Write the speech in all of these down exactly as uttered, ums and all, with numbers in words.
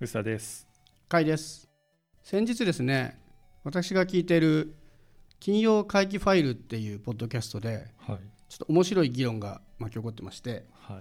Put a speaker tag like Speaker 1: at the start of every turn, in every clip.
Speaker 1: 宇佐です。
Speaker 2: 甲斐です。先日ですね、私が聞いている金曜会議ファイルっていうポッドキャストで、はい、ちょっと面白い議論が巻き起こってまして、はい、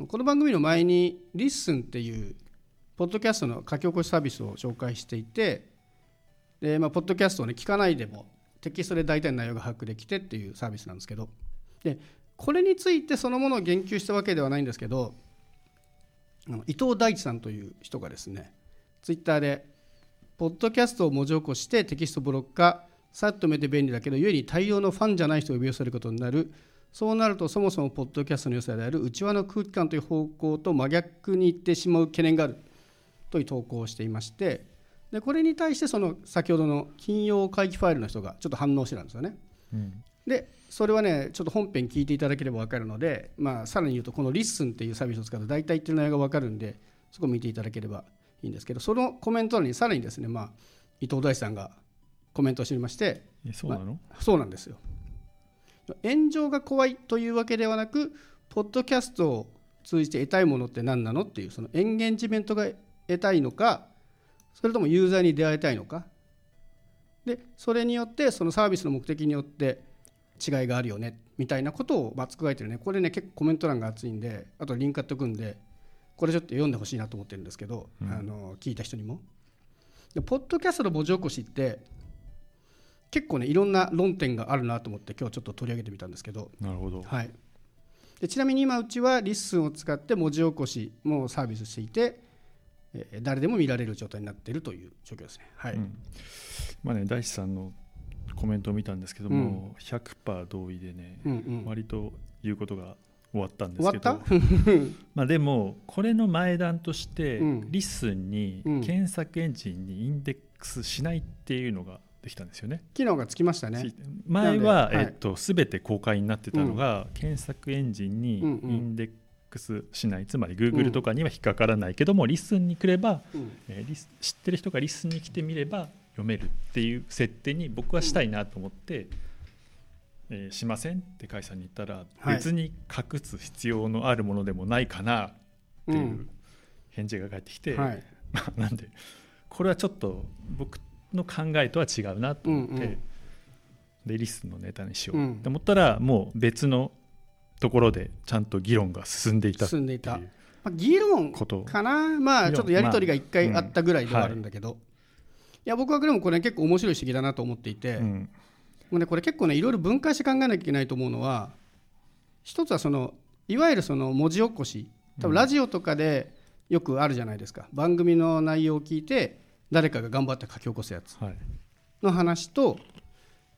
Speaker 2: この番組の前にリッスンっていうポッドキャストの書き起こしサービスを紹介していて、で、まあ、ポッドキャストを、ね、聞かないでもテキストで大体の内容が把握できてっていうサービスなんですけど、でこれについてそのものを言及したわけではないんですけど、伊藤大地さんという人がですね、ツイッターでポッドキャストを文字起こしてテキストブロック化、さっと見て便利だけど故に大量のファンじゃない人を呼び寄せることになる。そうなるとそもそもポッドキャストの良さである内輪の空気感という方向と真逆にいってしまう懸念があるという投稿をしていまして、でこれに対してその先ほどの金曜会議ファイルの人がちょっと反応してたんですよね、うん、でそれはねちょっと本編聞いていただければ分かるので、まあ、さらに言うとこのリッスンっていうサービスを使うと大体言ってる内容が分かるんで、そこを見ていただければいいんですけど、そのコメント欄にさらにですね、まあ、伊藤大地さんがコメントをしていまして、
Speaker 1: えそうなの、
Speaker 2: まあ、そうなんですよ。炎上が怖いというわけではなく、ポッドキャストを通じて得たいものって何なのっていう、そのエンゲージメントが得たいのか、それともユーザーに出会いたいのかで、それによってそのサービスの目的によって違いがあるよねみたいなことをまあつくばいてるね。これね結構コメント欄が熱いんで、あとリンク貼っておくんで、これちょっと読んでほしいなと思ってるんですけど、うん、あの聞いた人にも。でポッドキャストの文字起こしって結構ねいろんな論点があるなと思って今日ちょっと取り上げてみたんですけど。
Speaker 1: なるほど、
Speaker 2: はい、でちなみに今うちはリッスンを使って文字起こしもサービスしていて、えー、誰でも見られる状態になっているという状況ですね。はい、
Speaker 1: うんまあね、大地さんのコメントを見たんですけども、うん、ひゃくパーセント 同意でね、うんうん、割と言うことが終わったんですけどまあでもこれの前段として、うん、リッスンに検索エンジンにインデックスしないっていうのができたんですよね。
Speaker 2: 機能がつきましたね。
Speaker 1: 前は、はいえっと、全て公開になってたのが、うん、検索エンジンにインデックスしない、うんうん、つまり Google とかには引っかからないけども、うん、リッスンに来れば、うんえー、リス知ってる人がリッスンに来てみれば読めるっていう設定に僕はしたいなと思って、うんえー、しませんって甲斐さんに言ったら、はい、別に隠す必要のあるものでもないかなっていう返事が返ってきて、うんはい、なんでこれはちょっと僕の考えとは違うなと思って、うんうん、でリスンのネタにしようと思ったら、うん、もう別のところでちゃんと議論が進んでいたっていう。進んでいた、ま
Speaker 2: あ、議論かな、まあ、ちょっとやり取りがいっかいあったぐらいではあるんだけど、まあうんはい、いや僕はでもこれ結構面白い指摘だなと思っていて、うんもうね、これ結構ねいろいろ分解して考えなきゃいけないと思うのは、一つはそのいわゆるその文字起こし、多分ラジオとかでよくあるじゃないですか、うん、番組の内容を聞いて誰かが頑張って書き起こすやつの話と、はい、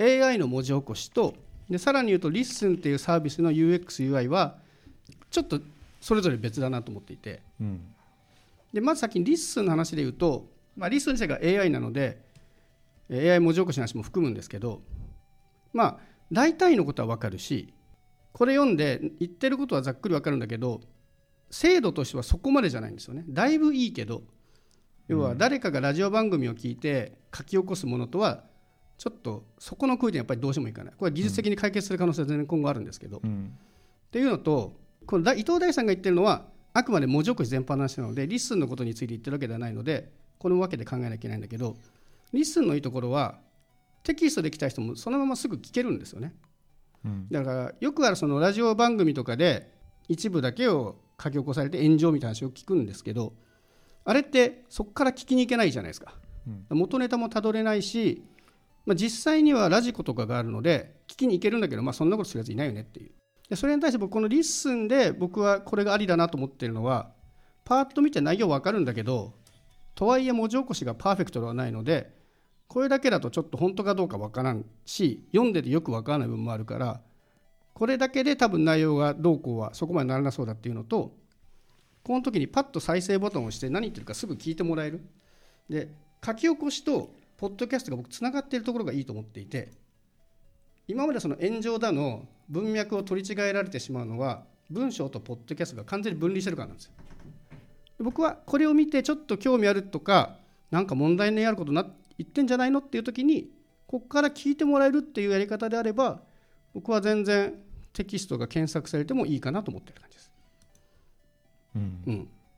Speaker 2: エーアイ の文字起こしと、でさらに言うとリッスンっていうサービスの ユーエックスユーアイ はちょっとそれぞれ別だなと思っていて、うん、でまず先にリッスンの話で言うと、まあ、リッスン自体が エーアイ なので エーアイ 文字起こしの話も含むんですけど、まあ大体のことは分かるし、これ読んで言ってることはざっくり分かるんだけど、精度としてはそこまでじゃないんですよね。だいぶいいけど、要は誰かがラジオ番組を聞いて書き起こすものとはちょっとそこの空気にやっぱりどうしてもいかない。これは技術的に解決する可能性は全然今後あるんですけど、うん、っていうのと、この伊藤大さんが言ってるのはあくまで文字起こし全般の話なので、リッスンのことについて言ってるわけではないので、このわけで考えなきゃいけないんだけど、リッスンのいいところはテキストで来た人もそのまますぐ聞けるんですよね、うん、だからよくあるそのラジオ番組とかで一部だけを書き起こされて炎上みたいな話を聞くんですけど、あれってそこから聞きに行けないじゃないですか、うん、元ネタもたどれないし、まあ、実際にはラジコとかがあるので聞きに行けるんだけど、まあ、そんなことするやついないよねっていう。でそれに対して僕このリッスンで僕はこれがありだなと思ってるのは、パーッと見て内容分かるんだけど、とはいえ文字起こしがパーフェクトではないので、これだけだとちょっと本当かどうか分からんし、読んでてよく分からない部分もあるから、これだけで多分内容がどうこうはそこまでならなそうだっていうのと、この時にパッと再生ボタンを押して何言ってるかすぐ聞いてもらえる。で書き起こしとポッドキャストが僕つながっているところがいいと思っていて、今までその炎上だの文脈を取り違えられてしまうのは文章とポッドキャストが完全に分離してるからなんですよ。僕はこれを見てちょっと興味あるとか、なんか問題にあることな言ってんじゃないのっていう時にここから聞いてもらえるっていうやり方であれば、僕は全然テキストが検索されてもいいかなと思っている感じです、うんうん、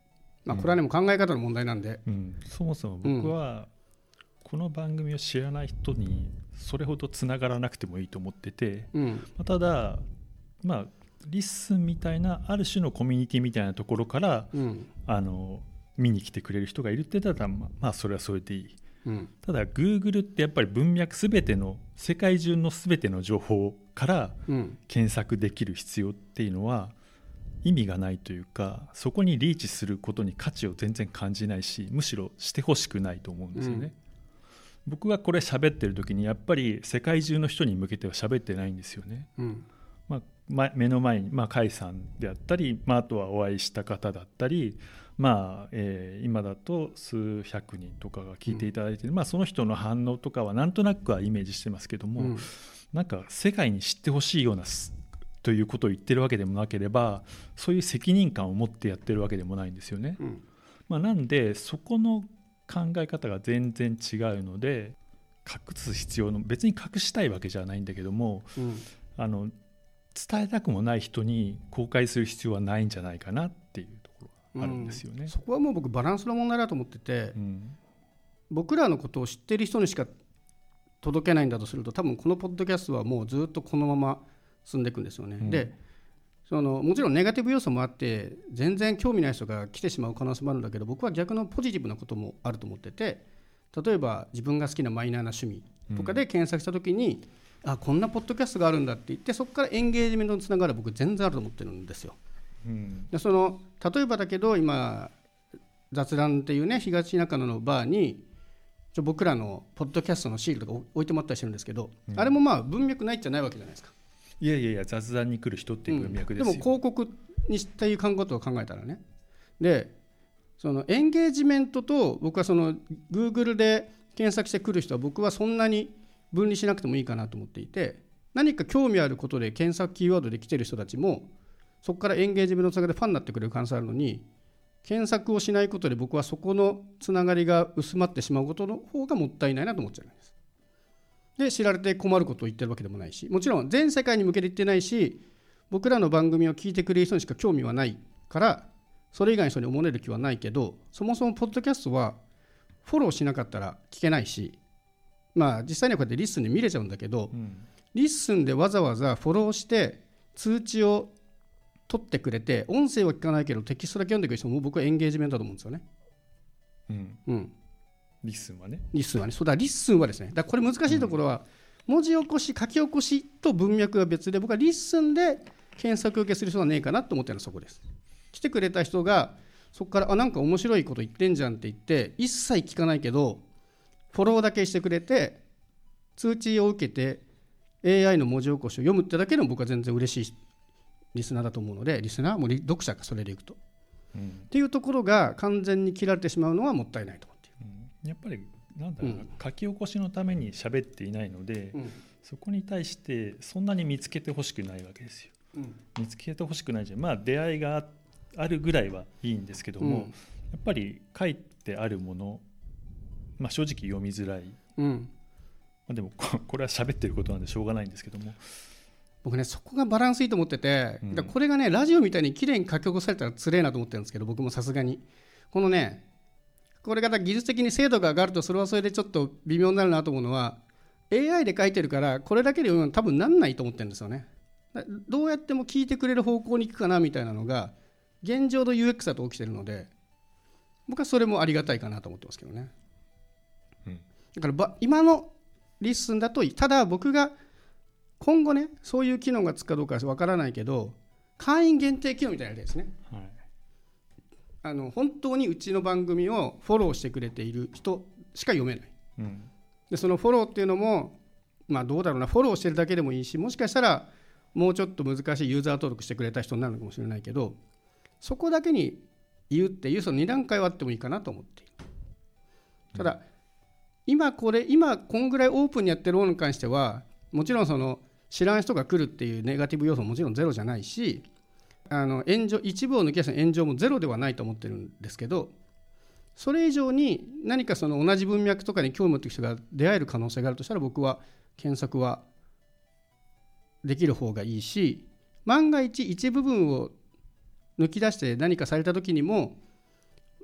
Speaker 2: まあ、これはねもう考え方の問題なんで、
Speaker 1: うんうん、そもそも僕はこの番組を知らない人にそれほどつながらなくてもいいと思ってて、うんまあ、ただまあリッスンみたいなある種のコミュニティみたいなところから、うん、あの見に来てくれる人がいるって言ったら、まあ、まあそれはそれでいい、うん、ただ Google ってやっぱり文脈すべての世界中のすべての情報から検索できる必要っていうのは意味がないというか、そこにリーチすることに価値を全然感じないし、むしろしてほしくないと思うんですよね、うん、僕がこれ喋ってる時にやっぱり世界中の人に向けては喋ってないんですよね、うんまあ、目の前に、まあ、甲斐さんであったり、まあ、あとはお会いした方だったり、まあえー、今だと数百人とかが聞いていただいて、うんまあ、その人の反応とかはなんとなくはイメージしてますけども、うん、なんか世界に知ってほしいようなということを言ってるわけでもなければ、そういう責任感を持ってやってるわけでもないんですよね、うんまあ、なんでそこの考え方が全然違うので、隠す必要の別に隠したいわけじゃないんだけども、うん、あの伝えたくもない人に公開する必要はないんじゃないかなっていうところがあるんですよね、うん、
Speaker 2: そこはもう僕バランスの問題だと思ってて、うん、僕らのことを知ってる人にしか届けないんだとすると、多分このポッドキャストはもうずっとこのまま進んでいくんですよね、うん、でそのもちろんネガティブ要素もあって全然興味ない人が来てしまう可能性もあるんだけど、僕は逆のポジティブなこともあると思ってて、例えば自分が好きなマイナーな趣味とかで検索した時に、うん、あこんなポッドキャストがあるんだって言って、そこからエンゲージメントにつながる僕全然あると思ってるんですよ、うん、でその例えばだけど今雑談っていうね東中野のバーにちょ僕らのポッドキャストのシールとか置いてもらったりしてるんですけど、うん、あれもまあ文脈ないっちゃないわけじゃないですか。
Speaker 1: いやいやいや雑談に来る人っていう文脈ですよ、
Speaker 2: うん、でも広告にしたいうことを考えたらね、でそのエンゲージメントと僕はその Google で検索してくる人は僕はそんなに分離しなくてもいいかなと思っていて、何か興味あることで検索キーワードで来てる人たちもそこからエンゲージメントのつながりでファンになってくれる可能性あるのに、検索をしないことで僕はそこのつながりが薄まってしまうことの方がもったいないなと思っちゃいます。で知られて困ることを言ってるわけでもないし、もちろん全世界に向けて言ってないし、僕らの番組を聞いてくれる人にしか興味はないからそれ以外の人に思われる気はないけど、そもそもポッドキャストはフォローしなかったら聞けないし、まあ実際にはこうやってリッスンで見れちゃうんだけど、うん、リッスンでわざわざフォローして通知を取ってくれて音声は聞かないけどテキストだけ読んでくれる人も僕はエンゲージメントだと思うんですよね、
Speaker 1: うんうん、リッスンはね
Speaker 2: リッスンはねそうだリッスンはですね、だこれ難しいところは、うん、文字起こし書き起こしと文脈が別で、僕はリッスンで検索受けする人はねえかなと思ってるのはそこです。来てくれた人がそこからあなんか面白いこと言ってんじゃんって言って一切聞かないけどフォローだけしてくれて通知を受けて エーアイ の文字起こしを読むってだけでも僕は全然嬉しいリスナーだと思うので、リスナーも読者かそれでいくと、うん、っていうところが完全に切られてしまうのはもったいないと思っている、
Speaker 1: うん、やっぱりなんだろうな、うん、書き起こしのために喋っていないので、うん、そこに対してそんなに見つけてほしくないわけですよ、うん、見つけてほしくないじゃん、まあ出会いがあるぐらいはいいんですけども、うん、やっぱり書いてあるもの、まあ、正直読みづらい、うんまあ、でもこれは喋ってることなんでしょうがないんですけども、
Speaker 2: 僕ねそこがバランスいいと思ってて、うん、だこれがねラジオみたいに綺麗に書き起こされたらつれえなと思ってるんですけど、僕もさすがにこのねこれが技術的に精度が上がるとそれはそれでちょっと微妙になるなと思うのは エーアイ で書いてるからこれだけで読むの多分なんないと思ってるんですよね。どうやっても聞いてくれる方向に行くかなみたいなのが現状の ユーエックス だと起きてるので、僕はそれもありがたいかなと思ってますけどね、うん、だからば今のリッスンだとただ僕が今後ねそういう機能がつくかどうかは分からないけど会員限定機能みたいなやつですね、はい、あの本当にうちの番組をフォローしてくれている人しか読めない、うん、でそのフォローっていうのもまあどうだろうな、フォローしてるだけでもいいし、もしかしたらもうちょっと難しいユーザー登録してくれた人になるのかもしれないけど、そこだけに言うっていうそのに段階はあってもいいかなと思っている。ただ、うん、今これ今こんぐらいオープンにやってるものに関してはもちろんその知らん人が来るっていうネガティブ要素ももちろんゼロじゃないし、あの炎上一部を抜き出した炎上もゼロではないと思ってるんですけど、それ以上に何かその同じ文脈とかに興味を持っている人が出会える可能性があるとしたら僕は検索はできる方がいいし、万が一一部分を抜き出して何かされた時にも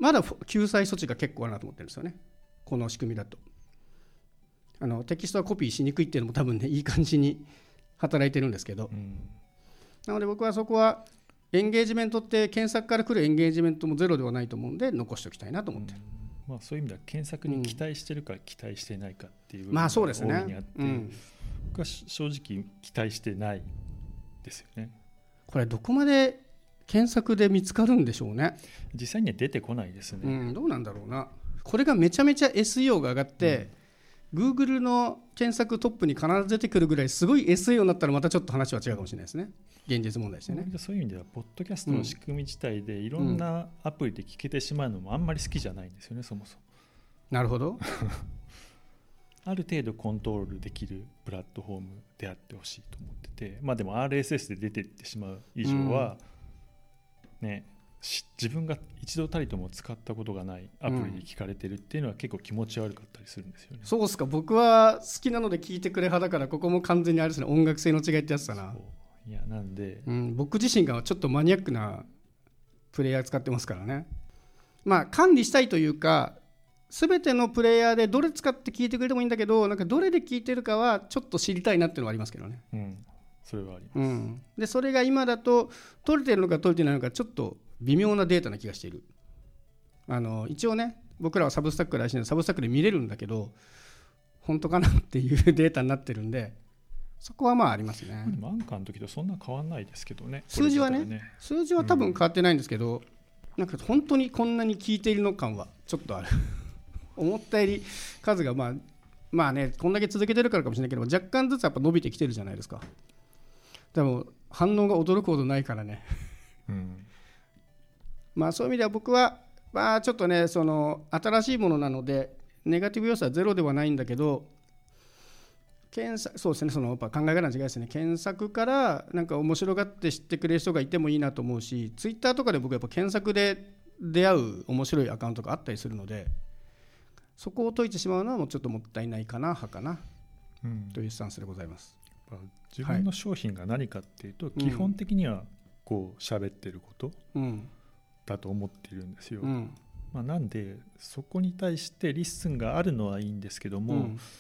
Speaker 2: まだ救済措置が結構あるなと思ってるんですよね、この仕組みだと。あのテキストはコピーしにくいっていうのも多分ねいい感じに働いてるんですけど、うん、なので僕はそこはエンゲージメントって検索から来るエンゲージメントもゼロではないと思うんで残しておきたいなと思ってる、
Speaker 1: うんまあ、そういう意味では検索に期待してるか期待してないかっていう部分
Speaker 2: が大い
Speaker 1: にあって、うん、僕は正直期待してないですよね。
Speaker 2: これどこまで検索で見つかるんでしょうね。
Speaker 1: 実際には出てこないですね、
Speaker 2: うん、どうなんだろうな。これがめちゃめちゃ エスイーオー が上がって、うん、Google の検索トップに必ず出てくるぐらいすごい エスイーオー になったらまたちょっと話は違うかもしれないですね、現実問題してね。
Speaker 1: そういう意味ではポッドキャストの仕組み自体でいろんなアプリで聞けてしまうのもあんまり好きじゃないんですよね、そもそも。
Speaker 2: なるほど
Speaker 1: ある程度コントロールできるプラットフォームであってほしいと思ってて、まあでも アールエスエス で出ていってしまう以上は、うんね、自分が一度たりとも使ったことがないアプリで聞かれてるっていうのは結構気持ち悪かったりするんですよね、うん、
Speaker 2: そうですか。僕は好きなので聞いてくれ派だからここも完全にあれですね、音楽性の違いってやつだな。
Speaker 1: いやなんで、
Speaker 2: うん、僕自身がちょっとマニアックなプレイヤー使ってますからね。まあ管理したいというか全てのプレイヤーでどれ使って聞いてくれてもいいんだけど、なんかどれで聞いてるかはちょっと知りたいなっていうのはありますけどね、
Speaker 1: うん、それはあります、
Speaker 2: うん、でそれが今だと取れてるのか取れてないのかちょっと微妙なデータな気がしている。あの一応ね僕らはサブスタックでサブスタックで見れるんだけど本当かなっていうデータになってるんで、そこはまあありますね。
Speaker 1: でもアンカーの時とそんな変わんないですけどね。
Speaker 2: 数字は ね, ね数字は多分変わってないんですけど、うん、なんか本当にこんなに聞いているの感はちょっとある思ったより数がまあまあねこんだけ続けてるからかもしれないけど若干ずつやっぱ伸びてきてるじゃないですか。でも反応が驚くほどないからね、うん、まあそういう意味では僕はまあちょっとねその新しいものなのでネガティブ要素はゼロではないんだけど、検索そうですねそのやっぱ考え方の違いですね。検索からなんか面白がって知ってくれる人がいてもいいなと思うし、ツイッターとかで僕はやっぱ検索で出会う面白いアカウントがあったりするので、そこを解いてしまうのはもうちょっともったいないかな派かな、うん、というスタンスでございます。
Speaker 1: 自分の商品が何かっていうと、はい、基本的にはこう喋ってることだと思っているんですよ、うんまあ、なんでそこに対してリッスンがあるのはいいんですけども、うん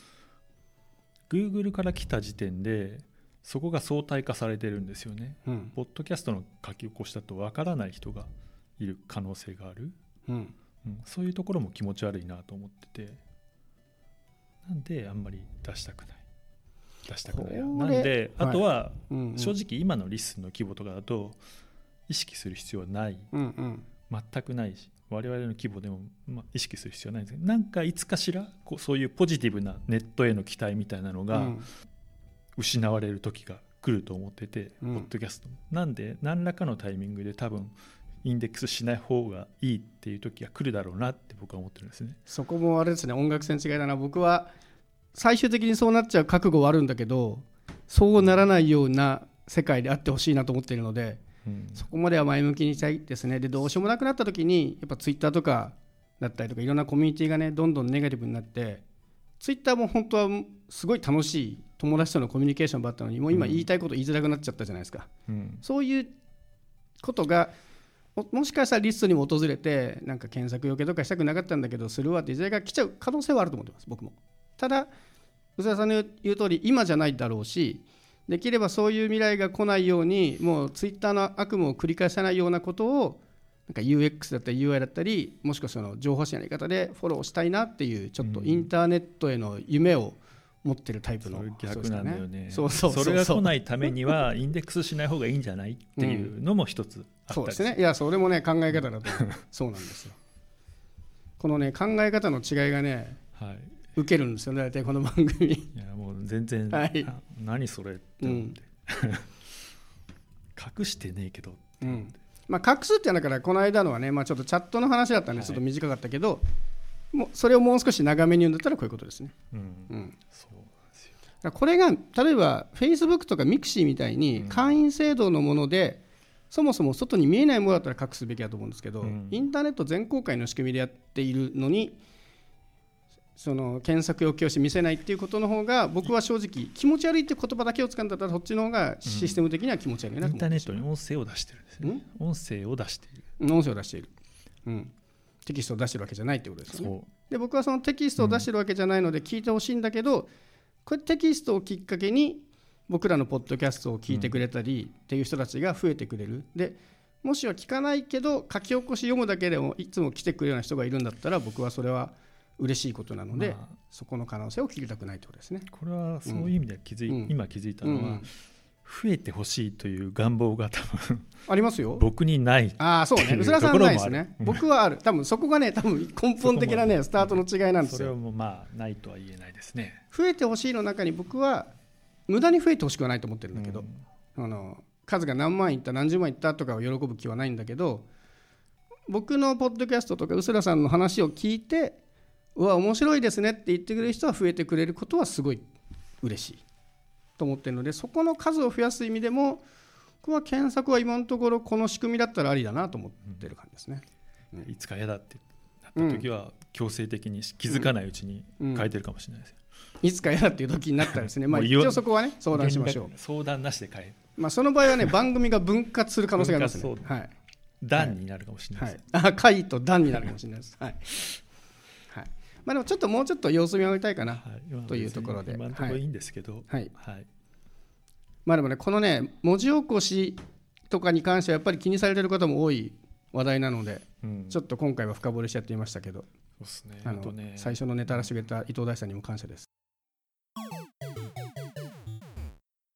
Speaker 1: 、Google から来た時点でそこが相対化されてるんですよね、うん、ポッドキャストの書き起こしだと分からない人がいる可能性がある、うんうん、そういうところも気持ち悪いなと思ってて、なんであんまり出したくない出したくないなんで、あとは正直今のリスンの規模とかだと意識する必要はない、うんうん、全くないし我々の規模でもまあ意識する必要はないんですけど、なんかいつかしらこうそういうポジティブなネットへの期待みたいなのが失われる時が来ると思ってて、うん、ポッドキャストなんで何らかのタイミングで多分インデックスしない方がいいっていう時が来るだろうなって僕は思ってるんですね。
Speaker 2: そこもあれですね、音楽性の違いだな。僕は最終的にそうなっちゃう覚悟はあるんだけど、そうならないような世界であってほしいなと思っているので、うん、そこまでは前向きにしたいですね。でどうしようもなくなった時にやっぱツイッターとかだったりとかいろんなコミュニティがねどんどんネガティブになって、ツイッターも本当はすごい楽しい友達とのコミュニケーションばったのに、もう今言いたいこと言いづらくなっちゃったじゃないですか、うん、そういうことが も, もしかしたらリストにも訪れて、なんか検索よけとかしたくなかったんだけどするわっていう時代が来ちゃう可能性はあると思ってます僕も。ただ宇佐さんの言う通り今じゃないだろうし、できればそういう未来が来ないようにもうツイッターの悪夢を繰り返さないようなことをなんか ユーエックス だったり ユーアイ だったり、もしくはその情報誌のやり方でフォローしたいなっていうちょっとインターネットへの夢を持ってるタイプの、うん、
Speaker 1: 逆なんだよね。
Speaker 2: そうそうそうそう、
Speaker 1: それが来ないためにはインデックスしない方がいいんじゃないっていうのも一つあったり、
Speaker 2: うん、そうですね。いやそれもね考え方だとそうなんですよ。このね考え方の違いがね、はい、受けるんですよね大体この番組。い
Speaker 1: やもう全然、はい、何それって思って、うん、隠してねえけどって思って、うんまあ、隠すっていうのはだからこの間のはね、まあ、ちょっとチャットの話だったんでちょっと短かったけど、はい、もうそれをもう少し長めに言うんだったらこういうことですね、うんうん、そうなんですよ。だからこれが例えば Facebook とか Mixi みたいに会員制度のもので、うん、そもそも外に見えないものだったら隠すべきだと思うんですけど、うん、インターネット全公開の仕組みでやっているのにその検索要求をして見せないっていうことの方が僕は正直気持ち悪いって言葉だけを使うんだったらそっちの方がシステム的には気持ち悪いなと思って、うん、 インターネットに音声を出してるんですね。音声を出している
Speaker 2: 音声を出している、うん、 テキストを出してるわけじゃないってことですよね。で僕はそのテキストを出してるわけじゃないので聞いてほしいんだけど、うん、これテキストをきっかけに僕らのポッドキャストを聞いてくれたりっていう人たちが増えてくれる。でもしは聞かないけど書き起こし読むだけでもいつも来てくれるような人がいるんだったら僕はそれは嬉しいことなので、まあ、そこの可能性を切りたくないってことですね。
Speaker 1: これはそういう意味で気づい、うん、今気づいたのは、うん、増えてほしいという願望が多分
Speaker 2: ありますよ。
Speaker 1: 僕にない。
Speaker 2: ああそうね。うすらさんないですね。僕はある。多分そこがね多分根本的なねスタートの違いなんですよ。
Speaker 1: それはもうまあないとは言えないですね。
Speaker 2: 増えてほしいの中に僕は無駄に増えてほしくはないと思ってるんだけど、うん、あの数が何万いった何十万いったとかを喜ぶ気はないんだけど、僕のポッドキャストとかうすらさんの話を聞いてうわ面白いですねって言ってくれる人は増えてくれることはすごい嬉しいと思ってるので、そこの数を増やす意味でも僕は検索は今のところこの仕組みだったらありだなと思ってる感じですね、
Speaker 1: うん、いつか嫌だってなった時は強制的に気づかないうちに変えてるかもしれないですよ、
Speaker 2: うんうん、いつか嫌だっていう時になったらですねまあ一応そこはね相談しましょう。
Speaker 1: 相談なしで変える、
Speaker 2: まあ、その場合はね番組が分割する可能性がありますね。はい、
Speaker 1: 段になるかもしれないです、
Speaker 2: はいはい、あ回と段になるかもしれないです、はいはい、まあ、でもちょっともうちょっと様子見を見たいかな、はい、というところで
Speaker 1: 今のところいいんですけど、
Speaker 2: はいはい、まあでもねこのね文字起こしとかに関してはやっぱり気にされてる方も多い話題なので、うん、ちょっと今回は深掘りしちゃってみましたけど、そうですね、あのあとね最初のネタらしげた伊藤大さんにも感謝です。